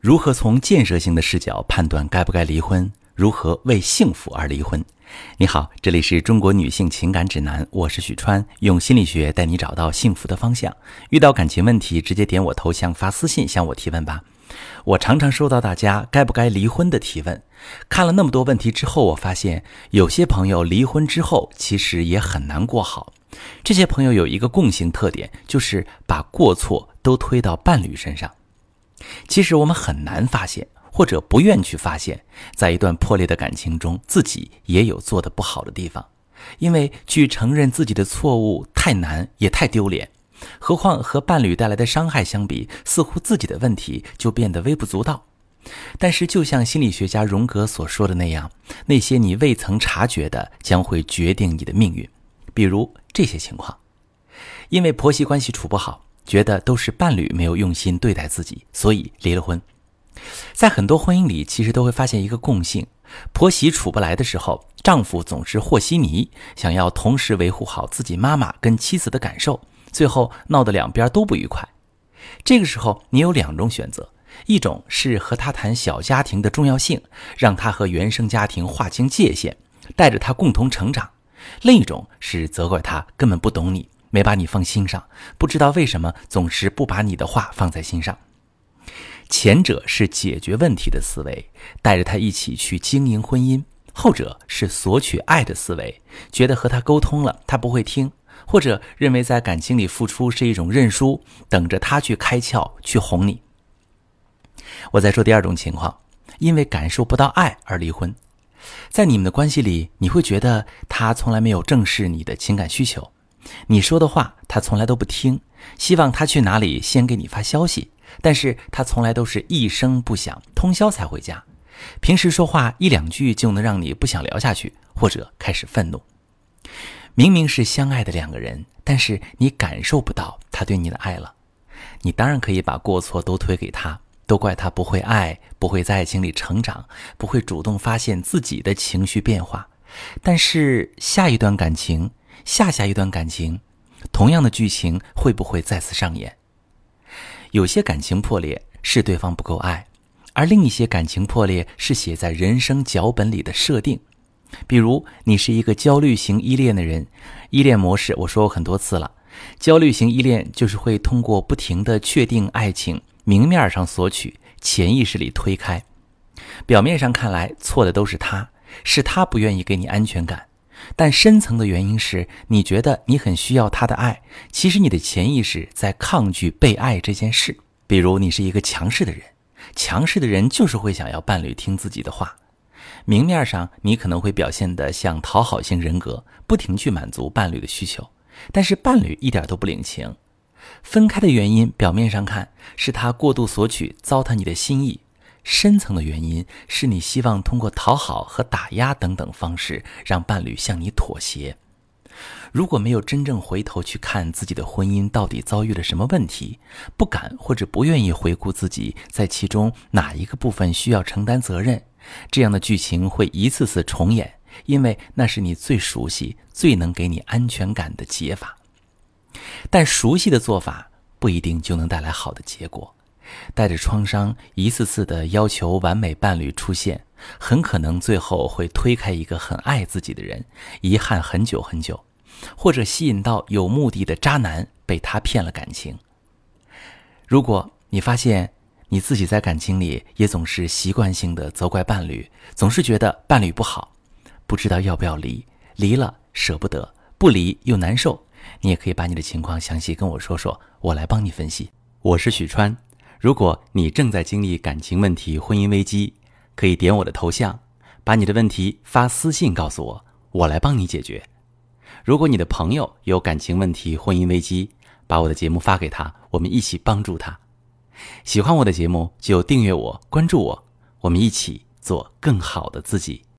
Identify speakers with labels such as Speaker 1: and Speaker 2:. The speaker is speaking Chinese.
Speaker 1: 如何从建设性的视角判断该不该离婚？如何为幸福而离婚？你好，这里是中国女性情感指南，我是许川，用心理学带你找到幸福的方向。遇到感情问题，直接点我头像发私信向我提问吧。我常常收到大家该不该离婚的提问，看了那么多问题之后，我发现有些朋友离婚之后其实也很难过好。这些朋友有一个共性特点，就是把过错都推到伴侣身上。其实我们很难发现，或者不愿去发现，在一段破裂的感情中，自己也有做得不好的地方。因为去承认自己的错误太难，也太丢脸。何况和伴侣带来的伤害相比，似乎自己的问题就变得微不足道。但是就像心理学家荣格所说的那样，那些你未曾察觉的将会决定你的命运。比如这些情况：因为婆媳关系处不好，觉得都是伴侣没有用心对待自己，所以离了婚。在很多婚姻里，其实都会发现一个共性，婆媳处不来的时候，丈夫总是和稀泥，想要同时维护好自己妈妈跟妻子的感受，最后闹得两边都不愉快。这个时候你有两种选择，一种是和他谈小家庭的重要性，让他和原生家庭划清界限，带着他共同成长；另一种是责怪他根本不懂你，没把你放心上，不知道为什么总是不把你的话放在心上。前者是解决问题的思维，带着他一起去经营婚姻；后者是索取爱的思维，觉得和他沟通了他不会听，或者认为在感情里付出是一种认输，等着他去开窍去哄你。我再说第二种情况，因为感受不到爱而离婚。在你们的关系里，你会觉得他从来没有正视你的情感需求，你说的话他从来都不听，希望他去哪里先给你发消息，但是他从来都是一声不响，通宵才回家。平时说话一两句就能让你不想聊下去，或者开始愤怒。明明是相爱的两个人，但是你感受不到他对你的爱了。你当然可以把过错都推给他，都怪他不会爱，不会在爱情里成长，不会主动发现自己的情绪变化。但是下一段感情，下一段感情，同样的剧情会不会再次上演？有些感情破裂是对方不够爱，而另一些感情破裂是写在人生脚本里的设定。比如你是一个焦虑型依恋的人，依恋模式我说过很多次了，焦虑型依恋就是会通过不停地确定爱情，明面上索取，潜意识里推开。表面上看来错的都是他，是他不愿意给你安全感，但深层的原因是你觉得你很需要他的爱，其实你的潜意识在抗拒被爱这件事。比如你是一个强势的人，强势的人就是会想要伴侣听自己的话。明面上你可能会表现得像讨好型人格，不停去满足伴侣的需求，但是伴侣一点都不领情。分开的原因表面上看是他过度索取，糟蹋你的心意，深层的原因是你希望通过讨好和打压等等方式让伴侣向你妥协。如果没有真正回头去看自己的婚姻到底遭遇了什么问题，不敢或者不愿意回顾自己在其中哪一个部分需要承担责任，这样的剧情会一次次重演，因为那是你最熟悉、最能给你安全感的解法。但熟悉的做法不一定就能带来好的结果。带着创伤一次次的要求完美伴侣出现，很可能最后会推开一个很爱自己的人，遗憾很久很久，或者吸引到有目的的渣男，被他骗了感情。如果你发现你自己在感情里也总是习惯性的责怪伴侣，总是觉得伴侣不好，不知道要不要离，离了舍不得，不离又难受，你也可以把你的情况详细跟我说说，我来帮你分析。我是许川，如果你正在经历感情问题、婚姻危机，可以点我的头像，把你的问题发私信告诉我，我来帮你解决。如果你的朋友有感情问题、婚姻危机，把我的节目发给他，我们一起帮助他。喜欢我的节目就订阅我、关注我，我们一起做更好的自己。